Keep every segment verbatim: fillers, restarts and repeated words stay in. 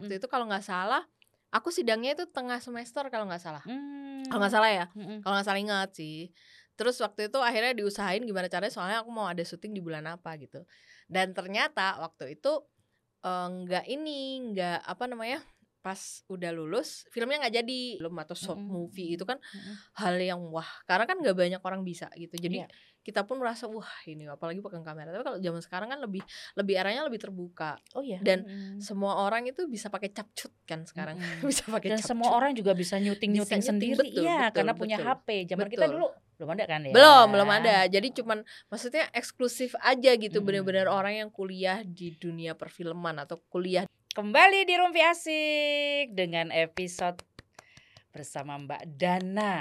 waktu Mm-mm. itu kalau nggak salah aku sidangnya itu tengah semester kalau nggak salah. Hmm. Kalau nggak salah ya, Mm-mm. kalau nggak salah ingat sih. Terus waktu itu akhirnya diusahain gimana caranya, soalnya aku mau ada syuting di bulan apa gitu. Dan ternyata waktu itu eh, nggak ini, nggak apa namanya, pas udah lulus filmnya nggak jadi belum, atau short Mm-mm. movie itu kan Mm-mm. hal yang wah, karena kan nggak banyak orang bisa gitu. Jadi Iya. kita pun merasa wah ini apalagi pegang kamera. Tapi kalau zaman sekarang kan lebih lebih arahnya lebih terbuka. Oh iya. Dan Mm-mm. semua orang itu bisa pakai capcut kan sekarang. Mm-mm. Bisa pakai Dan capcut. semua orang juga bisa nyuting-nyuting Bisa nyuting, sendiri, betul, iya, betul, karena punya betul. H P. Zaman kita Betul. dulu belum ada kan ya? Belum, belum ada. Jadi cuman maksudnya eksklusif aja gitu, Mm-mm. benar-benar orang yang kuliah di dunia perfilman atau kuliah. Kembali di Rumpi Asik dengan episode bersama Mbak Dana.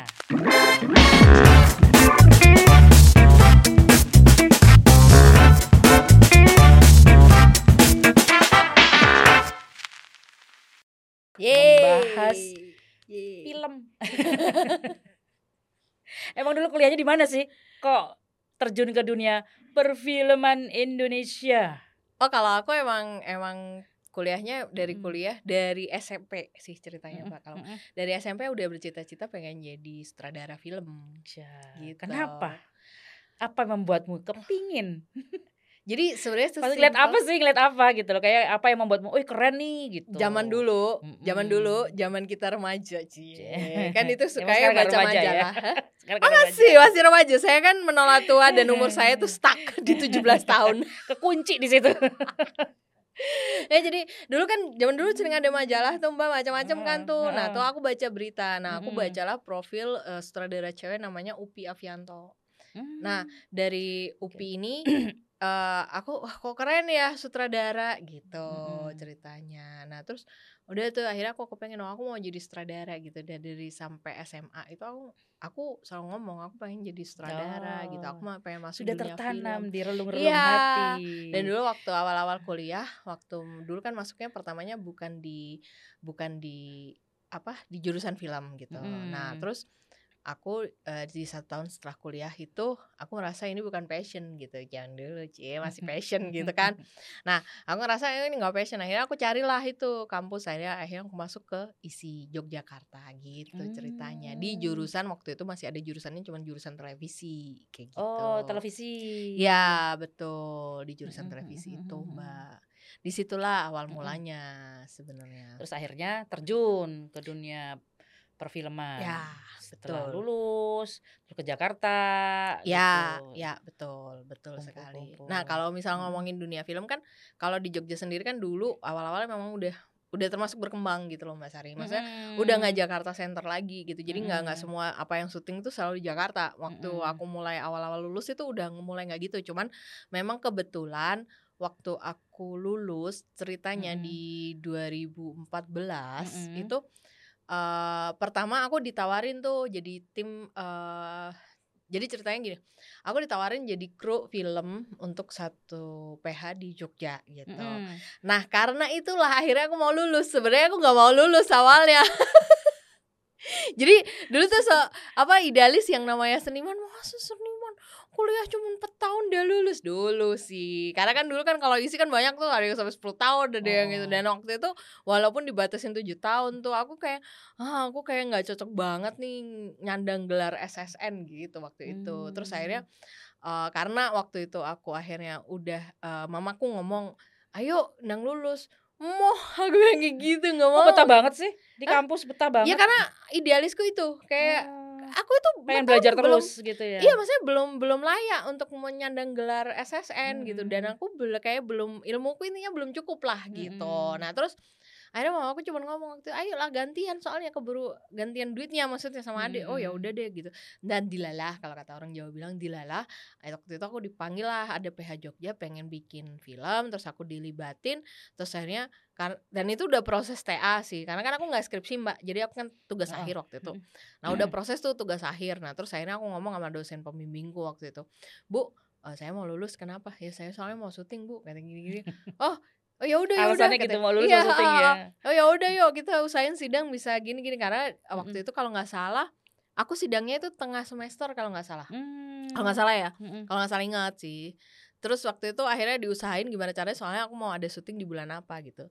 Membahas Yeay. film. Emang dulu kuliahnya di mana sih? Kok terjun ke dunia perfilman Indonesia? Oh, kalau aku emang emang kuliahnya dari Mm. kuliah dari S M P sih ceritanya, Mm-mm, Mbak. Kalau mm-mm. dari S M P udah bercita-cita pengen jadi sutradara film. Ja, Gitu. Kenapa? Apa yang membuatmu kepingin? Jadi sebenarnya Pas ngeliat apa sih, ngeliat apa gitu loh. Kayak apa yang membuatmu, oh keren nih gitu. Zaman dulu, Mm-mm. zaman dulu, zaman kita remaja, Cie. Cie. Kan itu Emang suka sekarang nggak baca remaja ya? majalah. Sekarang Oh, kan remaja. masih, masih remaja. Saya kan menolak tua dan umur saya tuh stuck di tujuh belas tahun. Kekunci di situ. Ya jadi dulu kan zaman dulu sering ada majalah tuh Mbak, macam-macam kan tuh. Nah, tuh aku baca berita. Nah, aku Mm-mm. bacalah profil uh, sutradara cewek namanya Upi Avianto. Mm. Nah, dari Upi ini uh, aku wah kok keren ya sutradara gitu Mm-mm. ceritanya. Nah, terus udah tuh akhirnya aku kepengen, oh, aku mau jadi sutradara gitu. Dan dari sampai S M A itu aku aku selalu ngomong aku pengen jadi sutradara Oh. gitu. Aku mah pengen masuk Sudah dunia tertanam film. di relung-relung Iya. hati. Dan dulu waktu awal-awal kuliah, waktu dulu kan masuknya pertamanya bukan di bukan di apa di jurusan film gitu. Mm-mm. Nah, terus aku uh, di satu tahun setelah kuliah itu aku ngerasa ini bukan passion gitu. Jangan dulu Cie, masih passion gitu kan. Nah, aku ngerasa ini gak passion. Akhirnya aku carilah itu kampus. Akhirnya akhirnya aku masuk ke I S I Yogyakarta gitu Hmm. ceritanya. Di jurusan waktu itu masih ada jurusannya cuma jurusan televisi kayak gitu. Oh, televisi. Ya, betul, di jurusan Mm-mm, televisi mm-mm, itu, mm-mm. Mbak. Disitulah awal Mm-mm. mulanya sebenarnya. Terus akhirnya terjun ke dunia perfilman. Ya, Setelah betul. lulus, terus ke Jakarta Ya, gitu. ya, betul, betul Kumpul, sekali. kumpul. Nah, kalau misal Mm-mm. ngomongin dunia film kan, kalau di Jogja sendiri kan dulu awal-awalnya memang udah udah termasuk berkembang gitu loh Mbak Sari. Maksudnya Mm-mm. udah nggak Jakarta Center lagi gitu. Jadi nggak nggak Mm-mm. semua apa yang syuting itu selalu di Jakarta. Waktu Mm-mm. aku mulai awal-awal lulus itu udah mulai nggak gitu. Cuman memang kebetulan waktu aku lulus ceritanya Mm-mm. di dua ribu empat belas Mm-mm. itu uh, pertama aku ditawarin tuh jadi tim uh, jadi ceritanya gini, aku ditawarin jadi kru film untuk satu P H di Jogja gitu. Mm-mm. Nah, karena itulah akhirnya aku mau lulus. Sebenarnya aku nggak mau lulus awalnya. Jadi dulu tuh so, apa idealis yang namanya seniman, masa seniman kuliah cuma empat tahun dia lulus dulu sih. Karena kan dulu kan kalau isi kan banyak tuh, ada yang sampai sepuluh tahun, ada yang gitu. Dan waktu itu walaupun dibatasin tujuh tahun tuh aku kayak ah aku kayak nggak cocok banget nih nyandang gelar S S N gitu waktu itu. Hmm. Terus akhirnya uh, karena waktu itu aku akhirnya udah uh, mamaku ngomong, "Ayo nang lulus." Moh, aku bilang kayak gitu, nggak mau. Oh, betah banget sih di Hah? kampus, betah banget. Ya karena idealisku itu kayak oh. aku itu pengen belajar belum, terus gitu ya. Iya, maksudnya belum belum layak untuk menyandang gelar S S N hmm. gitu. Dan aku bel- kayak belum ilmuku intinya belum cukup lah gitu. Hmm. Nah terus akhirnya mama aku cuma ngomong waktu, ayolah gantian soalnya keburu gantian duitnya maksudnya sama adik. Oh ya udah deh gitu. Dan dilalah kalau kata orang Jawa bilang dilalah. Waktu itu aku dipanggil lah ada P H Jogja pengen bikin film, terus aku dilibatin, terus akhirnya kan dan itu udah proses T A sih. Karena kan aku enggak skripsi, Mbak. Jadi aku kan tugas oh. akhir waktu itu. Nah, udah proses tuh tugas akhir. Nah, terus akhirnya aku ngomong sama dosen pembimbingku waktu itu. Bu, uh, saya mau lulus kenapa? Ya saya soalnya mau syuting, Bu. Kata gini-gini. Oh, Oh ya udah ya udah gitu mau lulus iya, mau syuting ya. Oh ya udah yuk kita usahain sidang bisa gini-gini karena mm-hmm. waktu itu kalau nggak salah aku sidangnya itu tengah semester kalau nggak salah. Mm. Kalau nggak salah ya. Mm-hmm. Kalau nggak salah ingat sih. Terus waktu itu akhirnya diusahain gimana caranya soalnya aku mau ada syuting di bulan apa gitu.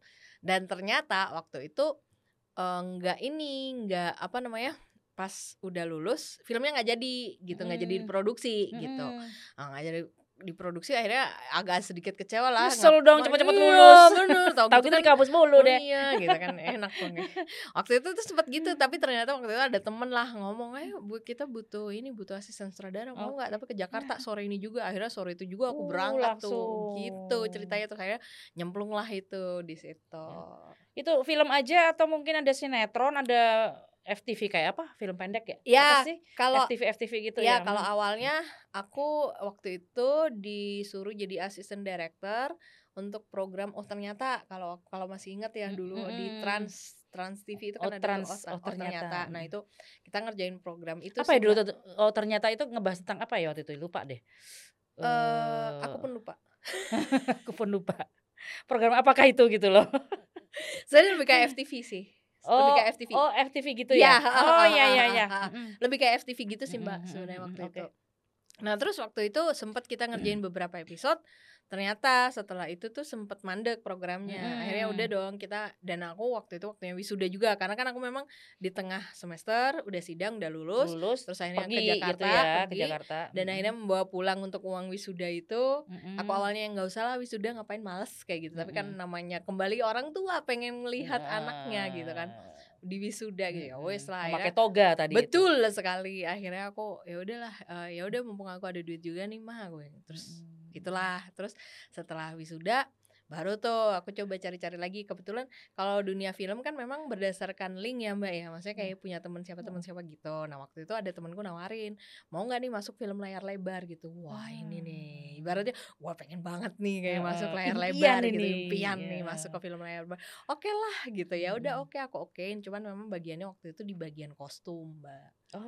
Dan ternyata waktu itu uh, nggak ini nggak apa namanya pas udah lulus filmnya nggak jadi gitu, nggak mm. jadi diproduksi mm. gitu, nggak jadi diproduksi, akhirnya agak sedikit kecewa lah. Nyesel dong cepet-cepet lulus. Iya, bener, tau gitu kan di kampus mulu oh deh. Iya gitu kan enak dong ya. Waktu itu tuh sempet gitu, tapi ternyata waktu itu ada temen lah ngomong, eh bu kita butuh ini butuh asisten sutradara, mau nggak? Tapi ke Jakarta sore ini juga. Akhirnya sore itu juga aku berangkat uh, tuh gitu ceritanya tuh, kayak nyemplung lah itu di situ. Itu film aja atau mungkin ada sinetron, ada F T V kayak apa? Film pendek ya? Ya, apa sih? kalau F T V F T V gitu ya. Ya, ya. kalau awalnya aku waktu itu disuruh jadi assistant director untuk program Oh Ternyata, kalau kalau masih ingat ya dulu mm-hmm. di Trans Trans T V itu kan oh, ada trans, tuh, oh, oh, ternyata. ternyata. Nah, itu kita ngerjain program itu. Apa ya dulu tuh? Oh Ternyata itu ngebahas tentang apa ya waktu itu? Lupa deh. Uh, uh, aku pun lupa. Aku pun lupa. Program apakah itu gitu loh. Saya lebih kayak F T V sih. Oh, lebih kayak F T V. Oh, F T V gitu ya. ya? Oh, iya iya iya. Lebih kayak F T V gitu sih, Mbak, sebenarnya waktu okay. itu. Nah, terus waktu itu sempat kita ngerjain beberapa episode. Ternyata setelah itu tuh sempat mandek programnya. Hmm. Akhirnya udah dong kita, dan aku waktu itu waktunya wisuda juga, karena kan aku memang di tengah semester udah sidang, udah lulus, lulus terus akhirnya pergi, ke Jakarta, gitu ya, pergi, ke Jakarta. Dan hmm. akhirnya membawa pulang untuk uang wisuda itu. Hmm. Aku awalnya yang nggak usah lah wisuda, ngapain, males kayak gitu. Hmm. Tapi kan namanya kembali orang tua pengen melihat hmm. anaknya gitu kan di wisuda gitu. Hmm. Wes lah ya. Pakai toga tadi. Betul itu. sekali. Akhirnya aku ya udahlah, uh, ya udah mumpung aku ada duit juga nih mah gue. Terus hmm. itulah, terus setelah wisuda baru tuh aku coba cari-cari lagi. Kebetulan kalau dunia film kan memang berdasarkan link ya Mbak ya, maksudnya kayak punya teman siapa teman siapa gitu. Nah waktu itu ada temanku nawarin, mau nggak nih masuk film layar lebar gitu. Wah ini nih ibaratnya wah pengen banget nih kayak uh, masuk layar lebar ini. Gitu, impian yeah. nih masuk ke film layar lebar. Oke lah gitu ya, udah oke okay, aku okein. Cuman memang bagiannya waktu itu di bagian kostum Mbak.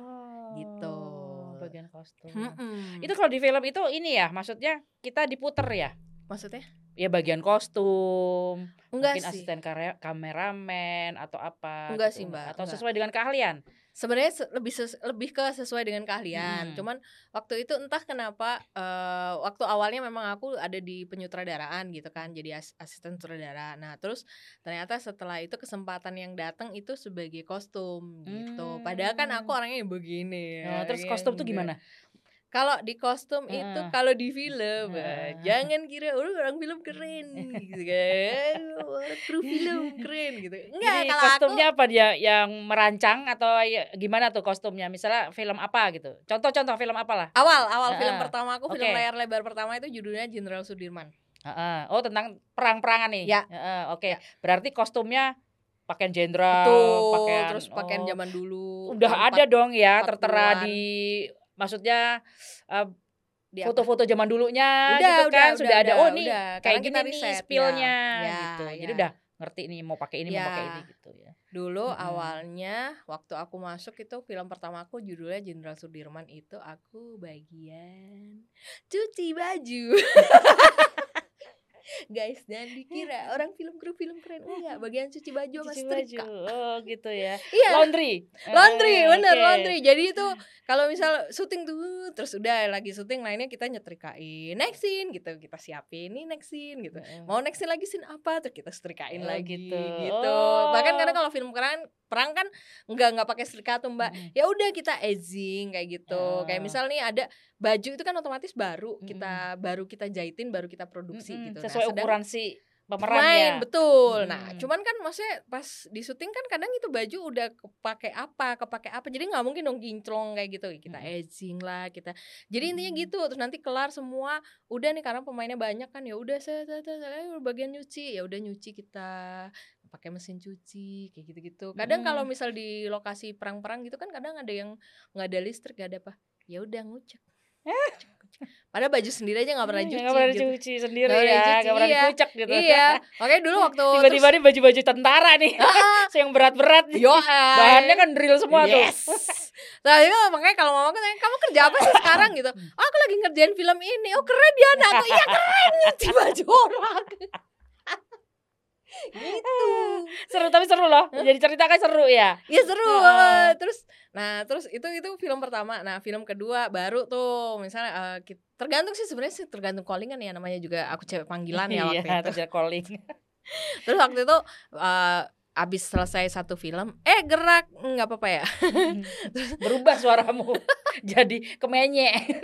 Oh gitu. Bagian kostum. Mm-mm. Itu kalau di film itu ini ya, maksudnya kita diputer ya? Maksudnya? Ya bagian kostum, enggak mungkin sih. asisten kare- kameramen atau apa? Enggak gitu. sih Mbak. Atau enggak. Sesuai dengan keahlian? Sebenarnya se- lebih ses- lebih ke sesuai dengan keahlian. Hmm. Cuman waktu itu entah kenapa uh, waktu awalnya memang aku ada di penyutradaraan gitu kan, jadi as- asisten sutradara. Nah terus ternyata setelah itu kesempatan yang datang itu sebagai kostum gitu. Hmm. Padahal kan aku orangnya begini. Oh, terus kostum tuh gimana? Kalau di kostum uh. itu, kalau di film uh. jangan kira orang orang film keren gitu kan, kru film keren gitu. Enggak, jadi kalau kostumnya aku, apa dia yang merancang atau ya, gimana tuh kostumnya? Misalnya film apa gitu? Contoh-contoh film apa lah? Awal awal uh. film pertama aku, okay. film layar lebar pertama itu judulnya Jenderal Sudirman. Uh-uh. Oh tentang perang-perangan nih. Ya. Uh, Oke. Okay. Ya. Berarti kostumnya pakaian jenderal, pakaian terus pakaian oh, zaman dulu. Udah ada dong ya tertera di, maksudnya uh, foto-foto zaman dulunya udah, gitu kan, udah, sudah udah, ada. Oh nih udah. kayak gini nih spill-nya ya, gitu. Ya. Jadi udah ngerti nih mau pakai ini, ya. mau pakai ini gitu ya. Dulu hmm. awalnya waktu aku masuk itu film pertama aku judulnya Jenderal Sudirman, itu aku bagian cuci baju. Guys, jangan dikira orang film kru film keren, enggak, bagian cuci baju sama setrika. Oh gitu ya. Iya. Laundry. Laundry, bener okay. laundry. Jadi itu kalau misal syuting tuh terus udah lagi syuting lainnya kita nyetrikain, next scene gitu, kita siapin ini next scene gitu. Mau next scene lagi scene apa terus kita setrikain oh, lagi gitu. gitu. Oh. Bahkan karena kalau film keren perang kan enggak enggak pakai setrika tuh Mbak. Hmm. Ya udah kita edging kayak gitu. Oh. Kayak misal nih ada baju itu kan otomatis baru kita hmm. baru kita jahitin, baru kita produksi hmm. gitu. Sesuai nah, ukuran si pemeran main, ya. Betul. Hmm. Nah, cuman kan maksudnya pas di syuting kan kadang itu baju udah kepake apa, kepake apa. Jadi enggak mungkin dong kinclong kayak gitu. Kita hmm. edging lah, kita. Jadi intinya hmm. gitu. Terus nanti kelar semua, udah nih karena pemainnya banyak kan, ya udah saya bagian nyuci, ya udah nyuci kita pakai mesin cuci kayak gitu-gitu. Kadang hmm. kalau misal di lokasi perang-perang gitu kan kadang ada yang enggak ada listrik, enggak ada apa. Ya udah ngucek. Padahal baju sendiri aja nggak pernah cuci, nggak pernah gitu. cuci sendiri gak ya, nggak pernah iya. dikucek gitu. Iya, makanya dulu waktu tiba-tiba nih baju-baju tentara nih, yang berat-berat nih, yo, bahannya kan drill semua yes. tuh. Nah itu makanya kalau mama kan, kamu kerja apa sih sekarang gitu? Oh, aku lagi ngerjain film ini. Oh keren ya anakku, iya keren nyuci baju orang. Gitu. Seru, tapi seru loh. Huh? Jadi cerita kan seru ya. Iya seru. Uh. Terus nah, terus itu itu film pertama. Nah, film kedua baru tuh misalnya uh, kita, tergantung sih sebenarnya sih tergantung callingan ya, namanya juga aku cewek panggilan ya waktu iya, itu. Iya, calling. Terus waktu itu uh, abis selesai satu film, eh gerak, nggak apa-apa ya. Berubah suaramu jadi kemenyek.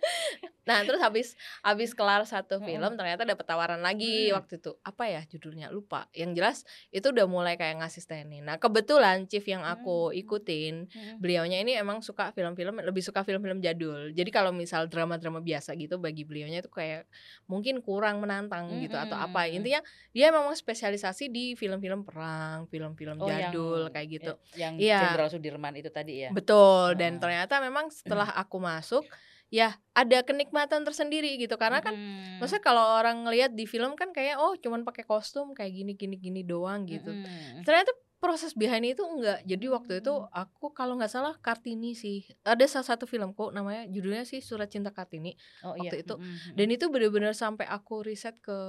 Nah terus habis habis kelar satu Mm-mm. film ternyata dapet tawaran lagi Mm. waktu itu. Apa ya judulnya, lupa. Yang jelas itu udah mulai kayak ngasistenin. Nah kebetulan chief yang aku Mm. ikutin, Mm. beliaunya ini emang suka film-film, lebih suka film-film jadul. Jadi kalau misal drama-drama biasa gitu bagi beliaunya itu kayak mungkin kurang menantang gitu atau apa. Mm-mm. Intinya dia memang spesialisasi di film-film perang, film-film Oh, jadul yang kayak gitu. yang Iya. Jenderal Sudirman itu tadi ya. Betul. Dan Heeh. ternyata memang setelah aku masuk ya ada kenikmatan tersendiri gitu karena kan Mm-mm. maksudnya kalau orang ngelihat di film kan kayak oh cuman pakai kostum kayak gini gini gini doang gitu. Mm-mm. Ternyata proses behind itu enggak. Jadi waktu itu Mm. aku kalau nggak salah Kartini sih. Ada salah satu filmku namanya judulnya sih Surat Cinta Kartini Oh waktu iya. itu. Mm-mm. Dan itu benar-benar sampai aku riset ke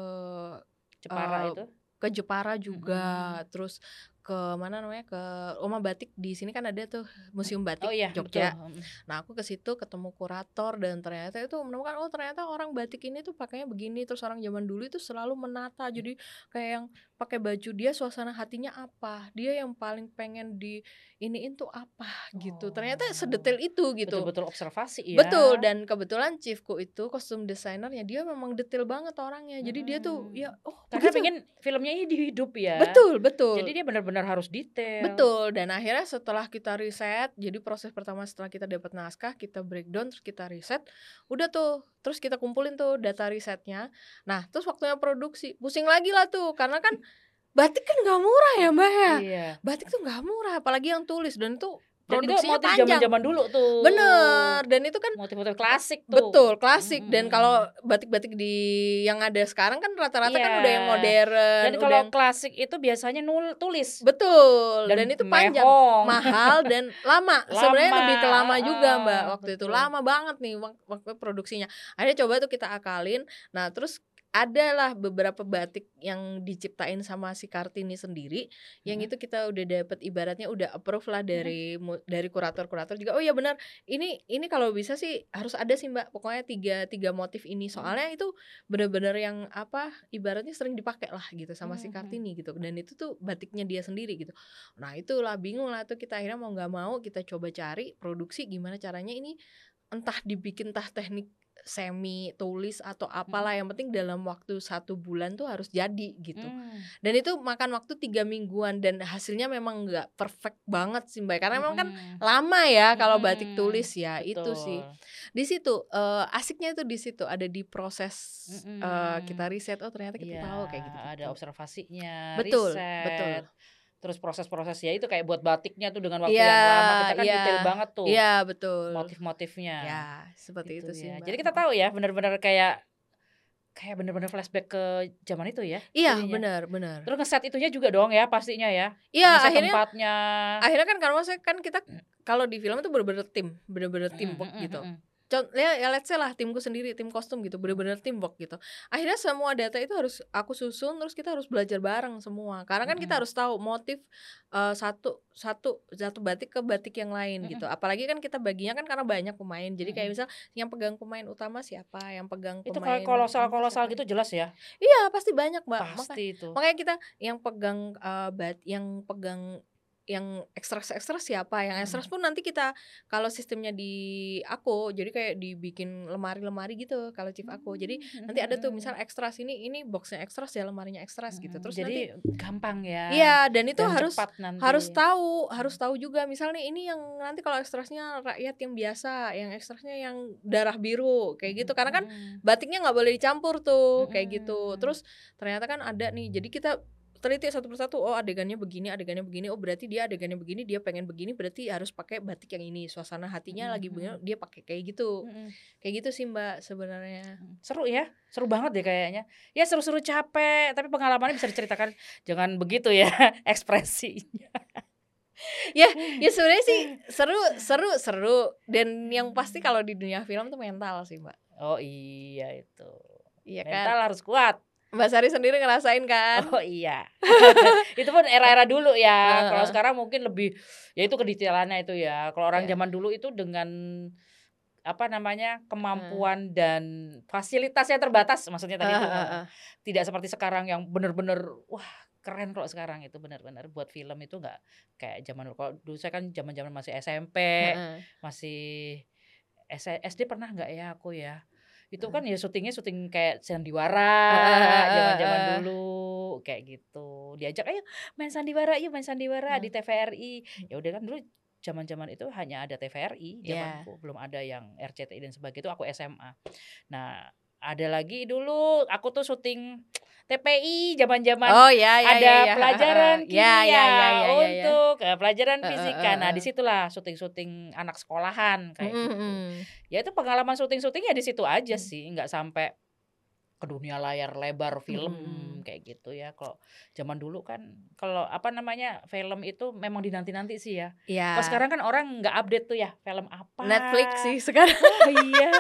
Jepara uh, itu. ke Jepara juga, Mm-mm. terus ke mana namanya ke Rumah Batik di sini kan ada tuh Museum Batik Oh iya, Jogja. betul. Mm. Nah aku ke situ ketemu kurator dan ternyata itu menemukan oh ternyata orang batik ini tuh pakainya begini, terus orang zaman dulu itu selalu menata, jadi kayak yang pakai baju dia suasana hatinya apa, dia yang paling pengen di iniin tuh apa gitu. Ternyata Oh. sedetail itu gitu. Betul-betul observasi ya. Betul, dan kebetulan chiefku itu kostum desainernya dia memang detail banget orangnya. Jadi dia tuh Mm-mm. ya oh Karena begitu. pengen filmnya ini dihidup ya. Betul, betul. Jadi dia benar-benar harus detail. Betul, dan akhirnya setelah kita riset, jadi proses pertama setelah kita dapat naskah, kita breakdown, terus kita riset, udah tuh, terus kita kumpulin tuh data risetnya. Nah, terus waktunya produksi, pusing lagi lah tuh, karena kan batik kan nggak murah ya mbak ya. Iya. Batik tuh nggak murah, apalagi yang tulis, dan itu Dan itu produksinya motif panjang. zaman-zaman dulu tuh. Bener, dan itu kan motif-motif klasik tuh. Betul, klasik. Mm-mm. Dan kalau batik-batik di yang ada sekarang kan rata-rata Iya. kan udah yang modern. Dan udah kalau yang... klasik itu biasanya nul tulis. Betul. Dan, Dan, dan itu panjang, mehong. mahal dan lama. Sebenarnya lebih ke lama uh, juga mbak waktu betul. itu lama banget nih waktu produksinya. Akhirnya coba tuh kita akalin. Nah terus adalah beberapa batik yang diciptain sama si Kartini sendiri, hmm. yang itu kita udah dapet ibaratnya udah approve lah dari hmm. dari kurator-kurator juga. Oh iya benar, ini ini kalau bisa sih harus ada sih mbak. Pokoknya tiga tiga motif ini soalnya hmm. itu benar-benar yang apa ibaratnya sering dipakai lah gitu sama hmm. si Kartini gitu. Dan itu tuh batiknya dia sendiri gitu. Nah itulah bingung lah tuh kita akhirnya mau nggak mau kita coba cari produksi gimana caranya ini entah dibikin entah teknik semi tulis atau apalah, yang penting dalam waktu satu bulan tuh harus jadi gitu. hmm. Dan itu makan waktu tiga mingguan dan hasilnya memang nggak perfect banget sih mbak, karena memang kan lama ya kalau batik tulis ya. Betul. Itu sih di situ uh, asiknya itu di situ ada di proses uh, kita riset, oh ternyata kita ya, tahu kayak gitu, gitu. Ada observasinya, betul, riset. Betul. Terus proses-prosesnya itu kayak buat batiknya tuh dengan waktu ya, yang lama kita kan ya, detail banget tuh. Iya betul. Motif-motifnya. Ya seperti gitu itu ya. sih mbak. Jadi kita tahu ya benar-benar kayak kayak benar-benar flashback ke zaman itu ya. Iya benar benar. Terus ngeset itunya juga dong ya pastinya ya. Iya ngeset akhirnya. Tempatnya. Akhirnya kan karena maksudnya kan kita kalau di film itu benar-benar tim, benar-benar teamwork mm-hmm, gitu. Mm-hmm. Ya, ya let's say lah timku sendiri, tim kostum gitu, bener-bener teamwork gitu. Akhirnya semua data itu harus aku susun, terus kita harus belajar bareng semua. Karena kan mm-hmm. kita harus tahu motif uh, satu satu satu batik ke batik yang lain mm-hmm. gitu. Apalagi kan kita baginya kan karena banyak pemain. Jadi kayak misal yang pegang pemain utama siapa, yang pegang itu pemain itu kolosal-kolosal gitu jelas ya. Iya pasti banyak mbak. Pasti Maka, itu. Makanya kita yang pegang uh, bat, yang pegang yang ekstras-ekstras siapa, yang ekstras pun nanti kita kalau sistemnya di aku jadi kayak dibikin lemari-lemari gitu kalau chief aku. Jadi nanti ada tuh misal ekstras ini ini boxnya ekstras ya, lemarinya ekstras gitu. Terus jadi nanti gampang ya. Iya, dan itu dan harus nanti. harus tahu, harus tahu juga misalnya ini yang nanti kalau ekstrasnya rakyat yang biasa, yang ekstrasnya yang darah biru kayak gitu. Karena kan batiknya nggak boleh dicampur tuh kayak gitu. Terus ternyata kan ada nih. Jadi kita teliti satu persatu, oh adegannya begini, adegannya begini, oh berarti dia adegannya begini, dia pengen begini, berarti harus pakai batik yang ini, suasana hatinya mm-hmm. lagi begini, dia pakai kayak gitu, mm-hmm. kayak gitu sih mbak sebenarnya. Seru ya, seru banget deh kayaknya. Ya seru-seru capek, tapi pengalamannya bisa diceritakan, jangan begitu ya ekspresinya. ya, ya sebenarnya sih seru, seru, seru, dan yang pasti kalau di dunia film tuh mental sih mbak. Oh iya itu, iya mental kan? harus kuat. Mbak Sari sendiri ngerasain kan? Oh iya. Itu pun era-era dulu ya. Uh, Kalau sekarang mungkin lebih ya itu kedetailannya itu ya. Kalau orang yeah. zaman dulu itu dengan apa namanya, Heeh. kemampuan dan fasilitasnya terbatas, maksudnya tadi Heeh itu, heeh heeh. heeh. Tidak seperti sekarang yang bener-bener, wah keren kalau sekarang itu bener-bener buat film itu nggak kayak zaman dulu. Kalau dulu saya kan zaman-zaman masih S M P, Heeh. masih S S D pernah nggak ya aku ya, itu kan Heeh. ya syutingnya syuting kayak Heeh sandiwara, heeh zaman-zaman heeh. dulu, kayak gitu. Diajak, "Ayo main sandiwara yuk, main sandiwara di Heeh. T V R I." Mmm. Ya udah kan dulu zaman-zaman itu hanya ada T V R I Iya. zamanku, belum ada yang R C T I dan sebagainya, itu aku S M A. Nah, ada lagi dulu aku tuh syuting T P I zaman-zaman Oh, ya ya ya ada ya, heeh heeh. pelajaran Ya ya ya kimia ya ya ya. untuk, eee, pelajaran Heeh fisika. Nah, di heeh. situlah syuting-syuting anak sekolahan kayak Mhm gitu. mhm. Ya itu pengalaman syuting-syuting ya di situ aja Mmm. sih, nggak sampai ke dunia layar lebar Mhm film mhm. kayak gitu ya. Kalau zaman dulu kan kalau apa namanya, film itu memang dinanti-nanti sih ya. Kalau Iya. sekarang kan orang nggak update tuh ya, film apa. Netflix sih sekarang. Oh iya.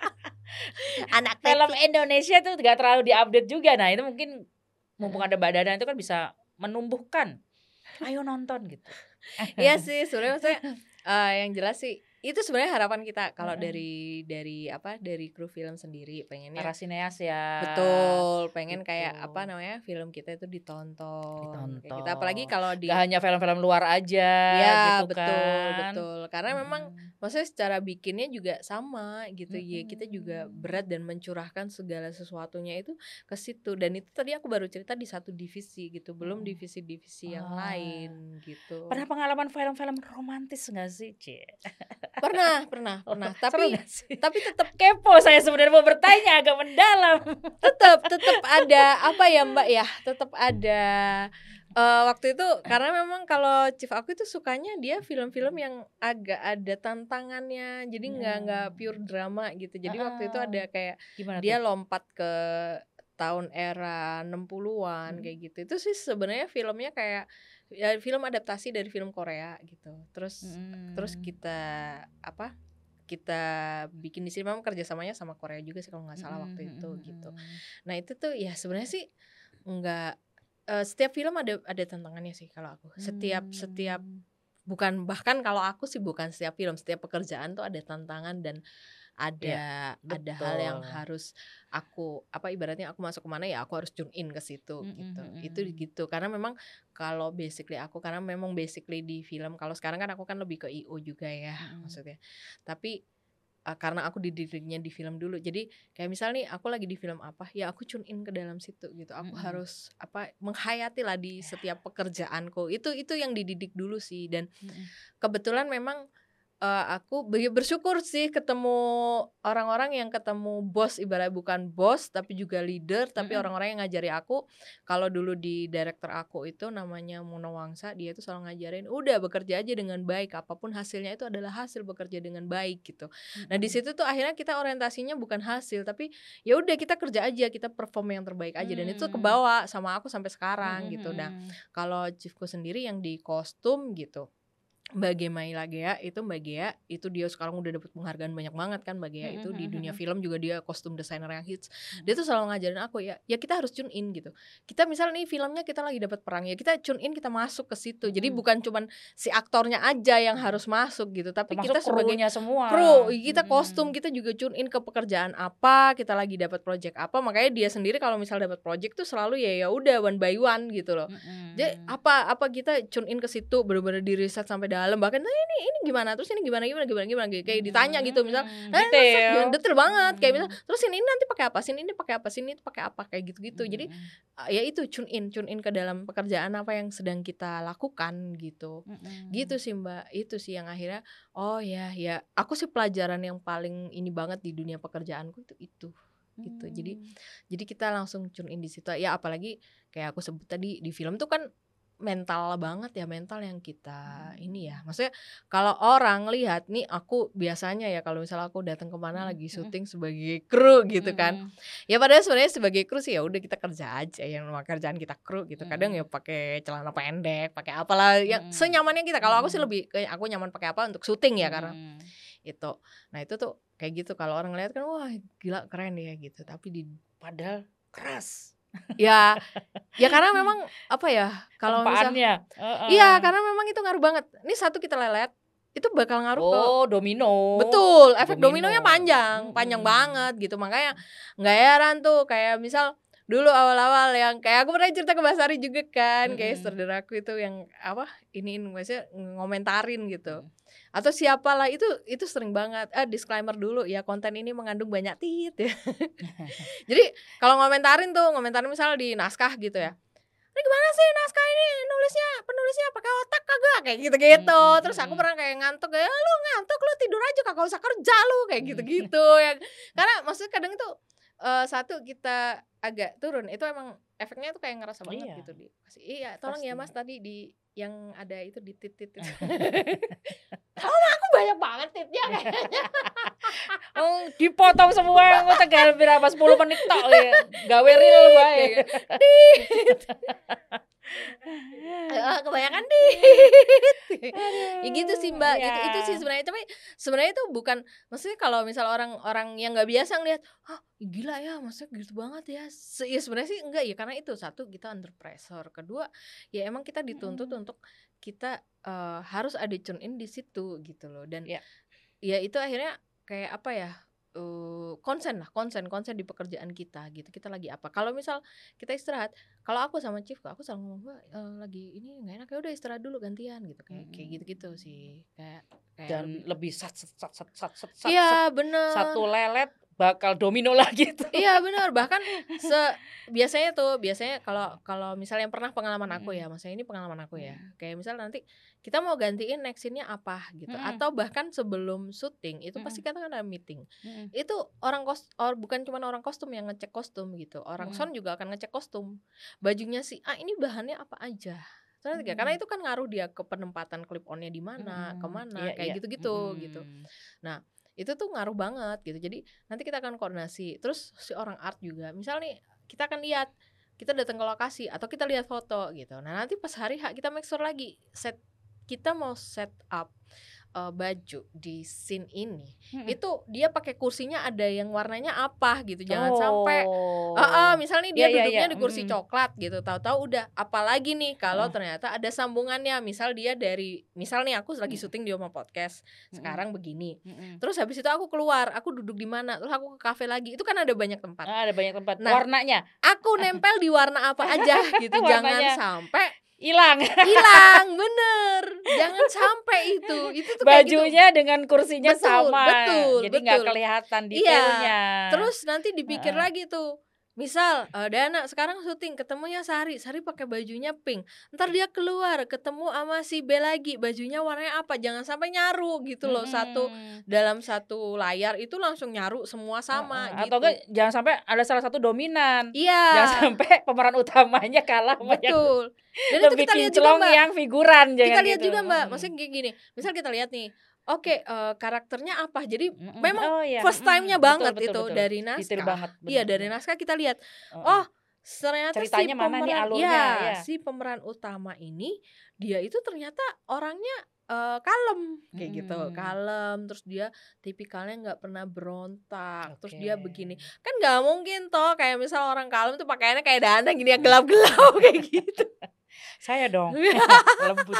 Anak Film Netflix. Indonesia tuh nggak terlalu di-update juga. Nah, itu mungkin mumpung Heeh. ada Mbak Dana itu kan bisa menumbuhkan, "Ayo nonton," gitu. Iya sih, sebenarnya maksudnya, eee, yang jelas sih itu sebenarnya harapan kita kalau Heeh. dari dari apa, dari kru film sendiri pengennya Para sineas ya, betul, pengen gitu. kayak apa namanya, film kita itu ditonton kayak gitu. Apalagi Ditonton, kalau nggak di hanya film-film luar aja Iya, gitu betul kan. betul. Karena memang Mhm. maksudnya secara bikinnya juga sama gitu ya, kita juga Mhm. berat dan mencurahkan segala sesuatunya itu ke situ. Dan itu tadi aku baru cerita di satu divisi gitu, belum Mhm. divisi-divisi yang Oh. lain gitu. Pernah pengalaman film-film romantis nggak sih? Cie. Pernah pernah Oh, pernah, seru tapi nggak sih? tapi tetep Kepo saya sebenarnya mau bertanya agak mendalam. tetep tetep ada apa ya, Mbak, ya, tetep ada, eee, waktu itu karena memang kalau chief aku itu sukanya dia film-film yang agak ada tantangannya, jadi nggak nggak Mhm. pure drama gitu. Jadi waktu itu Heeh. ada kayak Gimana dia tuh? lompat ke tahun era enam puluhan Mhm. kayak gitu. Itu sih sebenarnya filmnya kayak ya film adaptasi dari film Korea gitu. Terus terus Mhm. kita apa, kita bikin di sini, memang kerjasamanya sama Korea juga sih kalau nggak salah Mhm waktu itu mhm gitu. mhm. Nah itu tuh ya sebenarnya sih nggak, eee, setiap film ada ada tantangannya sih kalau aku. Setiap setiap Mmm. bukan bahkan kalau aku sih bukan setiap film, setiap pekerjaan tuh ada tantangan dan Iya, ada ada hal yang betul. harus aku apa, ibaratnya aku masuk ke mana ya aku harus tune in ke situ Mhm gitu. Itu mhm. gitu. Karena memang kalau basically aku karena memang basically di film kalau sekarang kan aku kan lebih ke I O juga ya Mhm. maksudnya. Tapi Eee, karena aku dididiknya di film dulu, jadi kayak misal nih aku lagi di film apa, ya aku tune in ke dalam situ gitu. Aku Mhm. harus apa, menghayatilah di Iya. setiap pekerjaanku. Itu itu yang dididik dulu sih dan Mhm. kebetulan memang, eee, aku be bersyukur sih ketemu orang-orang yang ketemu bos, ibaratnya bukan bos tapi juga leader, tapi Mhm. orang-orang yang ngajari aku. Kalau dulu di direktur aku itu namanya Muna Wangsa, dia itu selalu ngajarin, "Udah bekerja aja dengan baik, apapun hasilnya itu adalah hasil bekerja dengan baik," gitu. Nah di Mhm. situ tuh akhirnya kita orientasinya bukan hasil, tapi ya udah kita kerja aja, kita perform yang terbaik aja dan itu Mmm. kebawa sama aku sampai sekarang Mhm gitu. Nah mhm. kalau chief-ku sendiri yang di kostum gitu, Mbak Gemaila Ghea itu Mbak Ghea itu dia sekarang udah dapet penghargaan banyak banget kan Mbak Ghea Mhm itu di mhm dunia mhm. film juga dia kostum desainer yang hits. Dia Mhm. tuh selalu ngajarin aku ya, ya kita harus tune in gitu. Kita misal nih filmnya kita lagi dapat perang ya kita tune in, kita masuk ke situ. Jadi Mhm. bukan cuman si aktornya aja yang Mhm. harus masuk gitu, tapi Termasuk kita sebagai krunya semua. kru, kita kostum, Mhm. kita juga tune in ke pekerjaan apa, kita lagi dapat project apa. Makanya dia sendiri kalau misal dapat project tuh selalu ya ya udah one by one gitu loh. Jadi Mhm. apa apa kita tune in ke situ, bener-bener di-riset sampai dalam. Bahkan "Nah ini ini gimana? Terus ini gimana gimana gimana gimana?" Kayak ditanya Mhm gitu misal, mhm. "Eh terus terus gimana?" Detail. Detail banget kayak misal, Mhm. "Terus ini nanti pakai apa? Sini ini pakai apa? Sini itu pakai apa?" Kayak gitu-gitu. Jadi Mhm. eee, ya itu tune in tune in ke dalam pekerjaan apa yang sedang kita lakukan gitu. Gitu Mhm. sih, Mbak. Itu sih yang akhirnya, oh ya ya aku sih pelajaran yang paling ini banget di dunia pekerjaanku itu itu, gitu. Jadi Mmm. jadi kita langsung tune in di situ. Ya apalagi kayak aku sebut tadi di film tuh kan mental banget ya, mental yang kita ini ya. Mhm. Maksudnya kalau orang lihat nih aku biasanya ya kalau misalnya aku datang ke mana Mhm lagi mhm. syuting sebagai kru gitu kan. Mhm. Ya padahal sebenarnya sebagai kru sih ya udah kita kerja aja yang nama kerjaan kita kru gitu. Kadang ya Mhm. pakai celana pendek, pakai apalah yang Mhm. senyamannya kita. Kalau aku sih Mhm. lebih kayak aku nyaman pakai apa untuk syuting ya karena Mhm. itu. Nah itu tuh kayak gitu kalau orang ngeliat kan wah gila keren ya gitu. Tapi di Padahal keras. ya ya karena memang apa ya kalau misal Tempaannya. iya Heeh. karena memang itu ngaruh banget. Ini satu kita lelet, itu bakal ngaruh ke Oh, domino. betul, efek Domino. dominonya panjang, panjang Mm-mm. banget gitu. Makanya nggak heran tuh kayak misal dulu awal-awal yang kayak aku pernah cerita ke Mbak Sari juga kan, kayak Mm-mm. saudara aku itu yang apa iniin maksudnya ngomentarin gitu. Mm. Atau siapalah itu itu sering banget. Eh disclaimer dulu ya, konten ini mengandung banyak tit ya. Jadi kalau ngomentarin tuh, ngomentarin misal di naskah gitu ya. Ini gimana sih naskah ini nulisnya, penulisnya pakai otak kagak kayak gitu-gitu. Mm, mm, Terus aku mm, pernah kayak ngantuk kayak lu ngantuk lu tidur aja kagak usah kerja lu kayak Mm. gitu-gitu ya. Karena maksudnya kadang itu eh, satu kita agak turun itu emang efeknya tuh kayak ngerasa banget Iya. gitu di kasih. Iya, tolong ya Pasti. Mas tadi di yang ada itu di titit itu. Oh, aku banyak banget titnya kayaknya. Oh, dipotong semua engko tegal berapa sepuluh menit tok ya. Gawe reel wae. Dit. Eh, kebanyakan dit. Ya gitu sih Mbak, Iya. gitu itu sih sebenarnya. Tapi sebenarnya itu bukan maksudnya kalau misal orang-orang yang nggak biasa ngelihat, "Hah, gila ya, maksudnya gitu banget ya." Se- Ya sebenarnya sih enggak ya, karena itu satu kita under pressure, kedua ya emang kita dituntut Mm-mm. untuk kita eh, harus ada tune in di situ gitu loh. Dan Iya. ya itu akhirnya kayak apa ya? eh, konsen lah, konsen, konsen di pekerjaan kita gitu. Kita lagi apa? Kalau misal kita istirahat, kalau aku sama Chief, aku selalu ngomong, "Mbak, eh, lagi ini nggak enak ya udah istirahat dulu gantian gitu." Kayak kayak Mm-mm. gitu-gitu sih. Kayak kayak Dan lebih lebih sat sat sat sat sat sat sat, iya sat. bener. Satu lelet bakal domino lagi tuh. Iya bener, bahkan se biasanya tuh biasanya kalau kalau misalnya yang pernah pengalaman aku Mm-mm. ya, maksudnya ini pengalaman aku ya. Mm. Kayak misal nanti kita mau gantiin next scene-nya apa gitu, Mm-mm. atau bahkan sebelum syuting itu pasti Mm-mm. kita kan ada meeting. Mm-mm. Itu orang kos or bukan cuma orang kostum yang ngecek kostum gitu, orang Mm. sound juga akan ngecek kostum. Bajunya si A ini bahannya apa aja. Terus Mm. karena itu kan ngaruh dia ke penempatan clip on-nya di mana, Mm-mm. kemana, Iya, kayak iya. gitu-gitu Mm-mm. gitu. Nah itu tuh ngaruh banget gitu. Jadi nanti kita akan koordinasi. Terus si orang art juga, misal nih kita akan lihat, kita datang ke lokasi atau kita lihat foto gitu. Nah nanti pas hari H kita make sure lagi set kita mau set up uh, baju di scene ini, Mm-mm. itu dia pakai kursinya ada yang warnanya apa gitu. Jangan Oh. sampai uh, uh, misalnya dia Iya, iya, duduknya iya. di kursi Mm-mm. coklat gitu, tahu-tahu udah apalagi nih kalau Uh. ternyata ada sambungannya. Misal dia dari misal nih aku lagi Mm. syuting di Oma Podcast Mm-mm. sekarang begini. Mm-mm. Terus habis itu aku keluar, aku duduk di mana? Terus aku ke kafe lagi. Itu kan ada banyak tempat. Ah, ada banyak tempat. Nah, warnanya Aku nempel di warna apa aja gitu. Jangan Warnanya. sampai hilang. hilang, bener. Jangan sampai itu. Itu tuh kayak gitu. Bajunya dengan kursinya Betul, sama. betul, Jadi nggak betul. kelihatan Iya. detailnya. Terus nanti dipikir Uh-uh. lagi tuh. Misal uh, Dana sekarang syuting ketemunya Sari, Sari pakai bajunya pink. Ntar dia keluar ketemu sama si B lagi, bajunya warnanya apa? Jangan sampai nyaru gitu loh. Mm-mm. Satu dalam satu layar itu langsung nyaru semua sama Uh-uh. gitu. Atau enggak jangan sampai ada salah satu dominan. Iya. Jangan sampai pemeran utamanya kalah sama yang Betul. Dan itu lebih kita lihat juga kinclong Mbak. yang figuran. Jangan Kita lihat gitu. juga Mbak. Mm-mm. Maksudnya kayak gini. Misal kita lihat nih. Oke, uh, karakternya apa? Jadi Mm-mm. memang Oh, iya. first Mm-mm. time-nya Betul, banget betul, itu betul. dari Detail naskah. banget. Iya, benar, dari benar. naskah kita lihat. Uh-uh. Oh, ternyata ceritanya si mana nih pemeran, alurnya ya, ya. si pemeran utama ini dia itu ternyata orangnya uh, kalem kayak Mm-mm. gitu, kalem. Terus dia tipikalnya nggak pernah berontak. Terus Oke. dia begini, kan nggak mungkin toh kayak misal orang kalem tuh pakaiannya kayak Dana gini yang gelap-gelap kayak gitu. Saya dong lembut.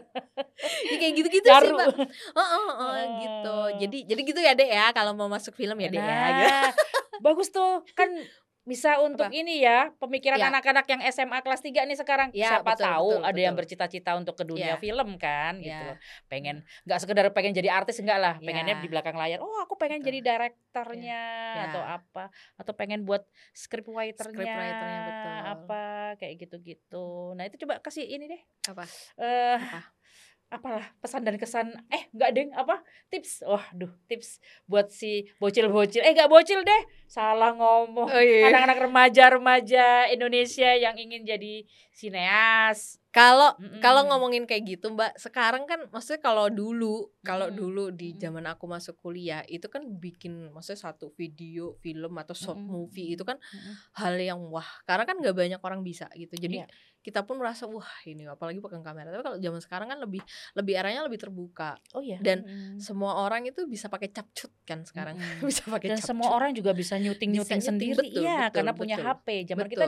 Ya, kayak gitu-gitu sih Nyaru. Mbak. Oh, oh, oh, gitu. Jadi jadi gitu ya Dek ya kalau mau masuk film ya Dek ya. Gitu. Nah, bagus tuh kan bisa untuk Apa? ini ya pemikiran Ya. anak-anak yang S M A kelas tiga nih sekarang. Ya, Siapa betul, tahu betul, ada betul. yang bercita-cita untuk ke dunia Ya. film kan gitu Ya. loh. Pengen nggak sekedar pengen jadi artis enggak lah, pengennya Ya. di belakang layar. Oh, aku pengen Betul. jadi direkturnya Ya. atau apa atau pengen buat scriptwriternya. Scriptwriternya, betul. Apa kayak gitu-gitu. Nah, itu coba kasih ini deh. Apa? Eh Apa? apalah pesan dan kesan eh enggak deng apa tips waduh tips buat si bocil-bocil eh enggak bocil deh salah ngomong Oh, iya. anak-anak remaja-remaja Indonesia yang ingin jadi sineas. Kalau Mm-mm. kalau ngomongin kayak gitu Mbak, sekarang kan maksudnya kalau dulu, kalau Mm-mm. dulu di Mm-mm. zaman aku masuk kuliah, itu kan bikin maksudnya satu video, film atau short Mm-mm. movie itu kan Mm-mm. hal yang wah, karena kan nggak banyak orang bisa gitu. Jadi Iya. kita pun merasa wah ini apalagi pegang kamera. Tapi kalau zaman sekarang kan lebih lebih arahnya lebih terbuka. Oh iya. Dan Mm-mm. semua orang itu bisa pakai capcut kan sekarang. Mm-mm. Bisa pakai Dan capcut. semua orang juga bisa nyuting-nyuting Bisa nyuting, sendiri betul, ya betul, karena punya betul. H P. Zaman kita Betul. dulu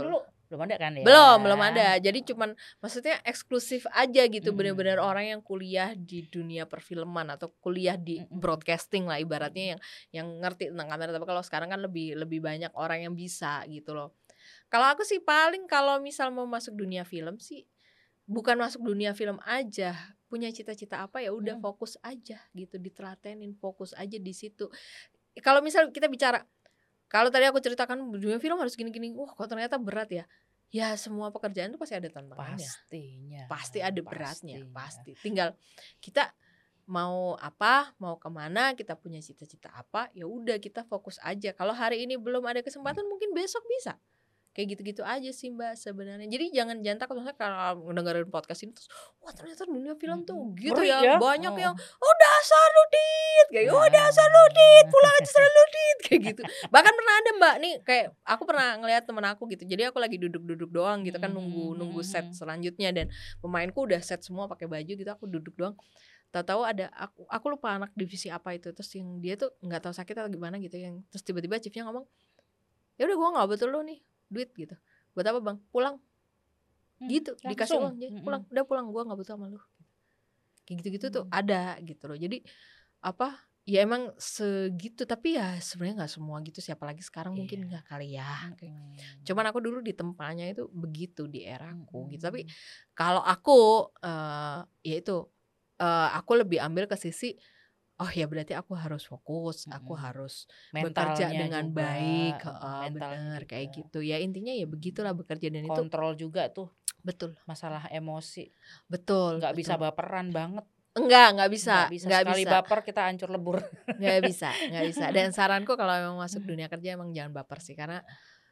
Belum ada kan ya? Belum, belum ada. Jadi cuman maksudnya eksklusif aja gitu, Mm-mm. benar-benar orang yang kuliah di dunia perfilman atau kuliah di Mm-mm. broadcasting lah ibaratnya, yang yang ngerti tentang kamera. Tapi kalau sekarang kan lebih lebih banyak orang yang bisa gitu loh. Kalau aku sih paling kalau misal mau masuk dunia film sih bukan masuk dunia film aja, punya cita-cita apa ya udah Mm. fokus aja gitu, ditelatenin, fokus aja di situ. Kalau misal kita bicara, kalau tadi aku ceritakan dunia film harus gini-gini, wah kok ternyata berat ya. Ya semua pekerjaan itu pasti ada tantangannya. Pastinya. Pasti ada beratnya, Pastinya. pasti. Tinggal kita mau apa, mau kemana, kita punya cita-cita apa, ya udah kita fokus aja. Kalau hari ini belum ada kesempatan, mungkin besok bisa. Kayak gitu-gitu aja sih Mbak sebenarnya. Jadi jangan jangan takut misalnya kalau dengerin podcast ini terus, wah ternyata dunia film tuh Mm-mm. gitu Ngeri ya. ya? Banyak Oh. yang oh dasar lu Dit, kayak oh Nah. dasar lu Dit, pulang aja sana lu Dit, kayak gitu. Bahkan pernah ada Mbak nih, kayak aku pernah ngelihat temen aku gitu. Jadi aku lagi duduk-duduk doang gitu kan, nunggu nunggu set selanjutnya, dan pemainku udah set semua pakai baju gitu, aku duduk doang. Tahu-tahu ada aku aku lupa anak divisi apa itu, terus yang dia tuh nggak tahu sakit atau gimana gitu, yang terus tiba-tiba chiefnya ngomong, ya udah gua nggak betul lu nih duit gitu. Buat apa bang? Pulang. Gitu, langsung. dikasih uang aja, Mm-mm. pulang, udah pulang, gue gak butuh sama lu. Kayak gitu-gitu tuh Hmm. ada gitu loh. Jadi apa, ya emang segitu. Tapi ya sebenarnya gak semua gitu sih, apalagi sekarang mungkin Iya. gak kali ya. Mm-mm. Cuman aku dulu di tempatnya itu begitu di eraku Mm-mm. gitu. Tapi kalau aku uh, ya itu uh, aku lebih ambil ke sisi, oh ya berarti aku harus fokus, aku Mm-mm. harus Mentalnya bekerja dengan juga, baik, mm, uh, mentalnya bener juga. kayak gitu. Ya intinya ya begitulah bekerja, dan itu Kontrol juga tuh betul, masalah emosi. betul, Nggak betul. bisa baperan banget. Enggak, enggak bisa, Nggak bisa enggak sekali bisa. baper kita hancur lebur. Nggak bisa, nggak bisa. Dan saranku kalau memang masuk dunia kerja emang jangan baper sih, karena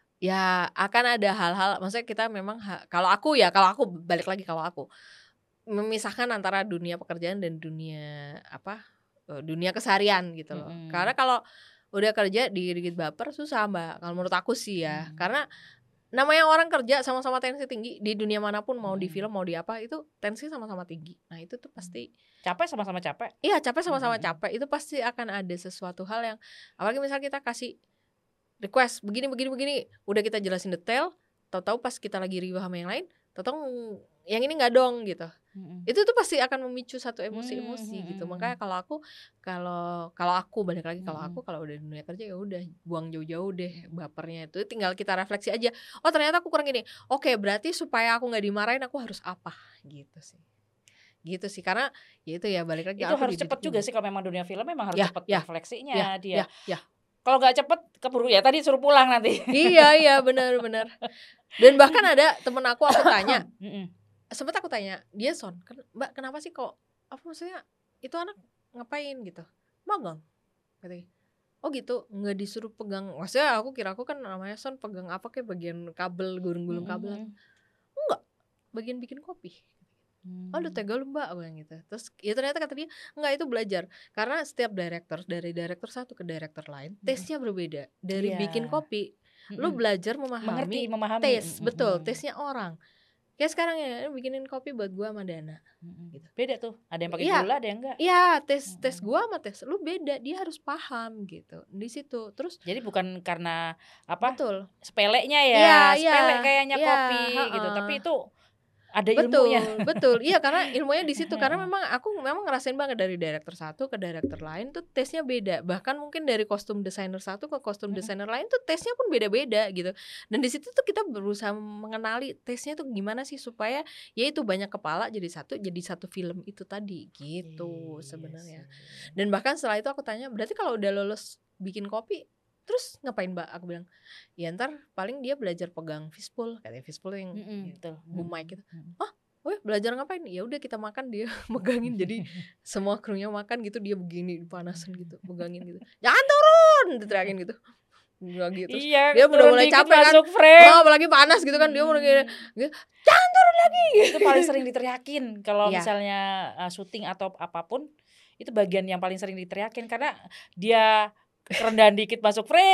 ya akan ada hal-hal, maksudnya kita memang ha- kalau aku ya, kalau aku balik lagi, kalau aku memisahkan antara dunia pekerjaan dan dunia apa eh, dunia keseharian gitu loh. Mm-mm. Karena kalau udah kerja dikit-dikit baper susah Mbak. Kalau menurut aku sih ya, Mm. karena namanya orang kerja sama-sama tensi tinggi di dunia manapun, mau di Mm. film mau di apa, itu tensi sama-sama tinggi. Nah itu tuh pasti Capek sama-sama capek. iya, capek sama-sama Mm-mm. capek. Itu pasti akan ada sesuatu hal yang, apalagi misal kita kasih request begini begini begini, udah kita jelasin detail, tahu-tahu pas kita lagi ribah sama yang lain, tahu-tahu yang ini nggak dong gitu. Mm-mm. Itu tuh pasti akan memicu satu emosi-emosi Mm-mm. gitu. Makanya kalau aku kalau kalau aku balik lagi, kalau Mm-mm. aku kalau udah di dunia kerja ya udah buang jauh-jauh deh bapernya itu. Tinggal kita refleksi aja. Oh ternyata aku kurang ini. Oke berarti supaya aku nggak dimarahin aku harus apa gitu sih. Gitu sih, karena ya itu ya balik lagi Itu aku harus dididik cepat juga ini. sih, kalau memang dunia film memang harus Ya, cepat ya, refleksinya ya, dia. ya, ya. Kalau nggak cepet keburu ya tadi suruh pulang nanti. Iya iya benar-benar. Dan bahkan ada temen aku aku tanya, Mm-mm. sempet aku tanya dia, Son, "Ken- Mbak kenapa sih kok apa maksudnya itu anak ngapain gitu, magang katanya. Oh gitu, nggak disuruh pegang, maksudnya aku kira aku kan namanya Son pegang apa kayak bagian kabel, gulung-gulung kabel. Mm-mm. Enggak, bagian bikin kopi. Hmm. Oh udah tega lu Mbak, aku bilang gitu. Terus ya ternyata kata dia enggak, itu belajar, karena setiap director dari director satu ke director lain taste-nya berbeda. Dari Iya. bikin kopi lu Mm-mm. belajar mengerti, memahami memahami. taste, betul, Mm-mm. taste-nya orang. Kayak sekarang ya bikinin kopi buat gua sama Dana. Mm-mm. Gitu. Beda tuh, ada yang pakai Iya. gula, ada yang enggak. Iya, tes tes Mm-mm. gua sama tes lu beda, dia harus paham gitu. Di situ. Terus Jadi bukan karena apa betul. sepeleknya ya, Iya, iya, sepele kayaknya iya, kopi gitu, ha-ha. tapi itu ada Betul, ilmunya. betul. Iya, karena ilmunya di situ. Karena memang aku memang ngerasain banget dari director satu ke director lain tuh taste-nya beda. Bahkan mungkin dari kostum desainer satu ke kostum Mm-mm. desainer lain tuh taste-nya pun beda-beda gitu. Dan di situ tuh kita berusaha mengenali taste-nya tuh gimana sih supaya ya itu banyak kepala jadi satu, jadi satu film itu tadi gitu Iya sebenarnya. sih. Dan bahkan setelah itu aku tanya, berarti kalau udah lulus bikin kopi terus ngapain Mbak? Aku bilang, ya ntar paling dia belajar pegang fishbowl, katanya fishbowl yang Mm-mm, ya, betul. boom mic gitu. Mm-mm. Oh, oh ya, belajar ngapain? Ya udah kita makan, dia megangin, jadi semua krunya makan gitu, dia begini dipanasin gitu, megangin gitu. Jangan turun, diteriakin gitu. Enggak gitu. Terus Iya, dia udah turun mulai dikit capek kan. masuk frame. Oh, apalagi panas gitu kan, dia mulai gini, gitu, jangan turun lagi. Itu paling sering diteriakin kalau Iya. misalnya uh, syuting atau apapun, itu bagian yang paling sering diteriakin karena dia kerendahan dikit masuk frame,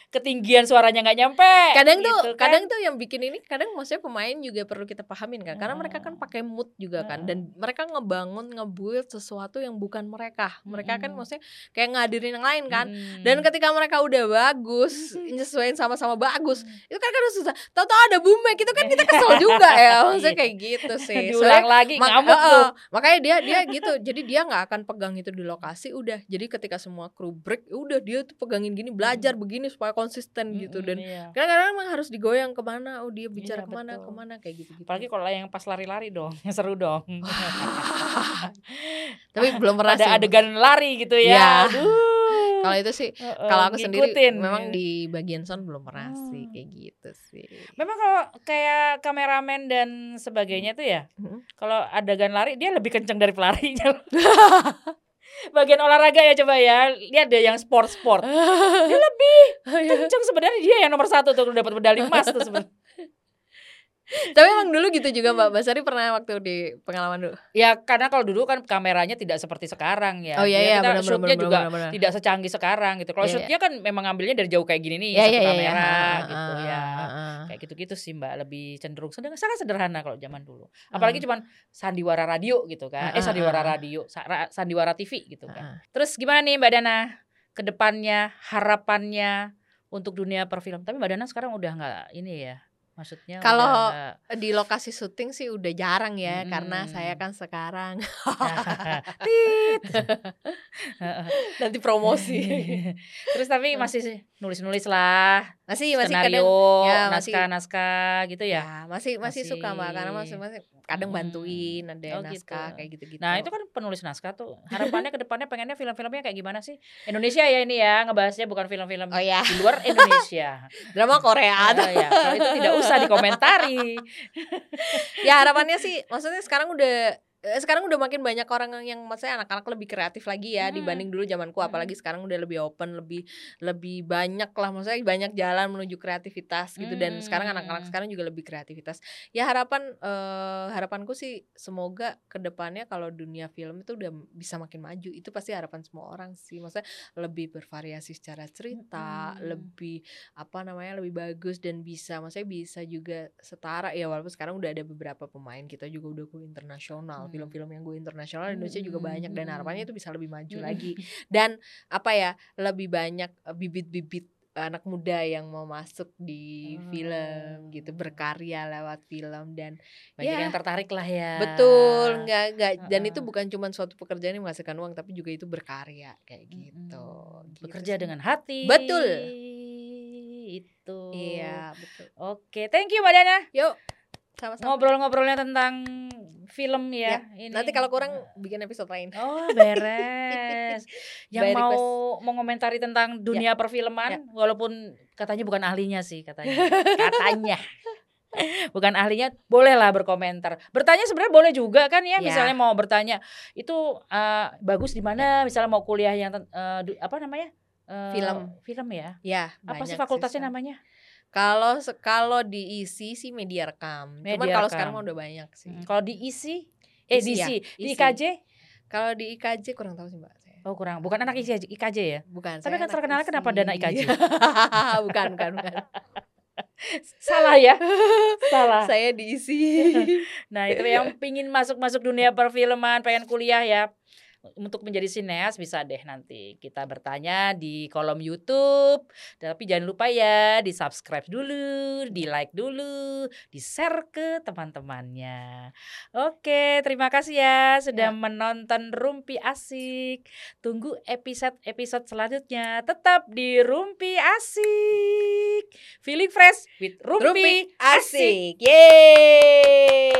ketinggian suaranya nggak nyampe. Kadang tuh, gitu kan. kadang tuh yang bikin ini, kadang maksudnya pemain juga perlu kita pahamin kan, karena mereka kan Heeh. pakai mood juga kan, Heeh. dan mereka ngebangun, nge-build sesuatu yang bukan mereka. Mereka kan Mm-mm. maksudnya kayak ngadirin yang lain kan. Mm-mm. Dan ketika mereka udah bagus, nyesuaiin sama-sama bagus, Mm. itu kan kadang susah. Tahu-tahu ada boomback, itu kan kita kesel juga ya, maksudnya kayak gitu sih. Diulang lagi mak- ngamuk uh-uh. tuh. Makanya dia dia gitu. Jadi dia nggak akan pegang itu di lokasi, udah. Jadi ketika semua kru break, udah dia tuh pegangin gini, belajar begini supaya konsisten gitu. Dan iya. kadang-kadang emang harus digoyang kemana, oh dia bicara Iya, kemana, betul. kemana kayak gitu-gitu. Apalagi kalau yang pas lari-lari dong, yang seru dong. Tapi belum pernah ada sih. adegan lari gitu ya. Ya. Aduh. Kalau itu sih, Uh-uh, kalau aku sendiri ngikutin. memang di bagian sound belum pernah Hmm. sih kayak gitu sih. Memang kalau kayak kameramen dan sebagainya tuh ya, Mm-mm. kalau adegan lari dia lebih kenceng dari pelarinya. Bagian olahraga ya coba ya, lihat deh yang sport-sport. Dia lebih kenceng sebenarnya, dia yang nomor satu tuh dapat medali emas tuh sebenarnya. Tapi emang dulu gitu juga Mbak Basari pernah waktu di pengalaman dulu. Ya karena kalau dulu kan kameranya tidak seperti sekarang ya. Oh iya Dia iya kita benar shootnya juga benar. tidak secanggih sekarang gitu. Kalau Iya, shootnya kan memang ngambilnya dari jauh kayak gini nih, Iya satu iya iya. kamera Ah, gitu ah, ya. ah, ah. Kayak gitu-gitu sih Mbak, lebih cenderung sederhana, sangat sederhana kalau zaman dulu. Apalagi cuman sandiwara radio gitu kan. Ah, Eh sandiwara ah, ah. radio, sa- ra- sandiwara T V gitu kan. Ah. Terus gimana nih Mbak Dana ke depannya, harapannya untuk dunia perfilm? Tapi Mbak Dana sekarang udah enggak ini ya. Maksudnya Kalau udah enggak... di lokasi syuting sih udah jarang ya, Mm-mm. karena saya kan sekarang Tit. nanti promosi. Terus tapi masih nulis-nulis lah, Masih masih skenario, kadang ya masih naskah-naskah gitu ya. ya masih masih, Masih. suka Mbak, karena masih masih kadang Hmm. bantuin ada Oh, gitu. naskah kayak gitu-gitu. Nah itu kan penulis naskah tuh, harapannya ke depannya pengennya film-filmnya kayak gimana sih? Indonesia ya ini ya, ngebahasnya bukan film-film Oh ya, di luar Indonesia. drama Korea tuh. Ah, ya, kalau itu tidak usah dikomentari. Ya harapannya sih, maksudnya sekarang udah eh, sekarang udah makin banyak orang yang maksudnya anak-anak lebih kreatif lagi ya Hmm. dibanding dulu zamanku, apalagi Hmm. sekarang udah lebih open, lebih lebih banyak lah, maksudnya banyak jalan menuju kreativitas gitu. Dan sekarang anak-anak Hmm. sekarang juga lebih kreativitas. Ya harapan eh, harapanku sih semoga kedepannya kalau dunia film itu udah bisa makin maju. Itu pasti harapan semua orang sih, maksudnya lebih bervariasi secara cerita, Hmm. lebih apa namanya lebih bagus, dan bisa maksudnya bisa juga setara ya, walaupun sekarang udah ada beberapa pemain kita juga udah go internasional. Hmm. Film-film yang go internasional Indonesia juga Hmm. banyak, dan harapannya itu bisa lebih maju Hmm. lagi, dan apa ya lebih banyak eh, bibit-bibit anak muda yang mau masuk di Oh. film gitu, berkarya lewat film. Dan Banyak ya yang tertarik lah ya. betul, nggak nggak dan Heeh. itu bukan cuma suatu pekerjaan yang menghasilkan uang, tapi juga itu berkarya kayak gitu. Mm-mm. Gitu Bekerja sih. dengan hati. Betul. Itu. Iya betul. Oke, thank you Mbak Dana. Yuk sama-sama. Ngobrol-ngobrolnya tentang film ya. Ini. Nanti kalau kurang bikin episode lain. Oh beres. Yang By mau request. mau komentari tentang dunia perfilman, walaupun katanya bukan ahlinya sih katanya. Katanya. Bukan ahlinya, bolehlah berkomentar. Bertanya sebenarnya boleh juga kan ya. Ya. Misalnya mau bertanya itu uh, bagus di mana? Misalnya mau kuliah yang uh, apa namanya? Uh, Film. Film ya. Ya. Apa sih banyak fakultasnya sekarang. namanya? Kalau kalau diisi sih media rekam. Cuman Media kalau rekam. sekarang mah udah banyak sih. Hmm, Kalau diisi, eh Isi ya, diisi, di isi. I K J? Kalau di I K J kurang tahu sih Mbak saya. Oh kurang, bukan anak I K J, I K J ya? Bukan. Tapi saya kan anak terkenalnya isi. kenapa Dana I K J? bukan, bukan, bukan. Salah ya, salah. Saya diisi. Nah itu yang pingin masuk-masuk dunia perfilman, pengen kuliah ya, untuk menjadi sineas bisa deh nanti kita bertanya di kolom YouTube. Tapi jangan lupa ya di subscribe dulu, di like dulu, di share ke teman-temannya. Oke, terima kasih ya sudah Ya. menonton Rumpi Asik. Tunggu episode-episode selanjutnya. Tetap di Rumpi Asik. Feeling fresh with Rumpi, Rumpi Asik. asik. Yeay.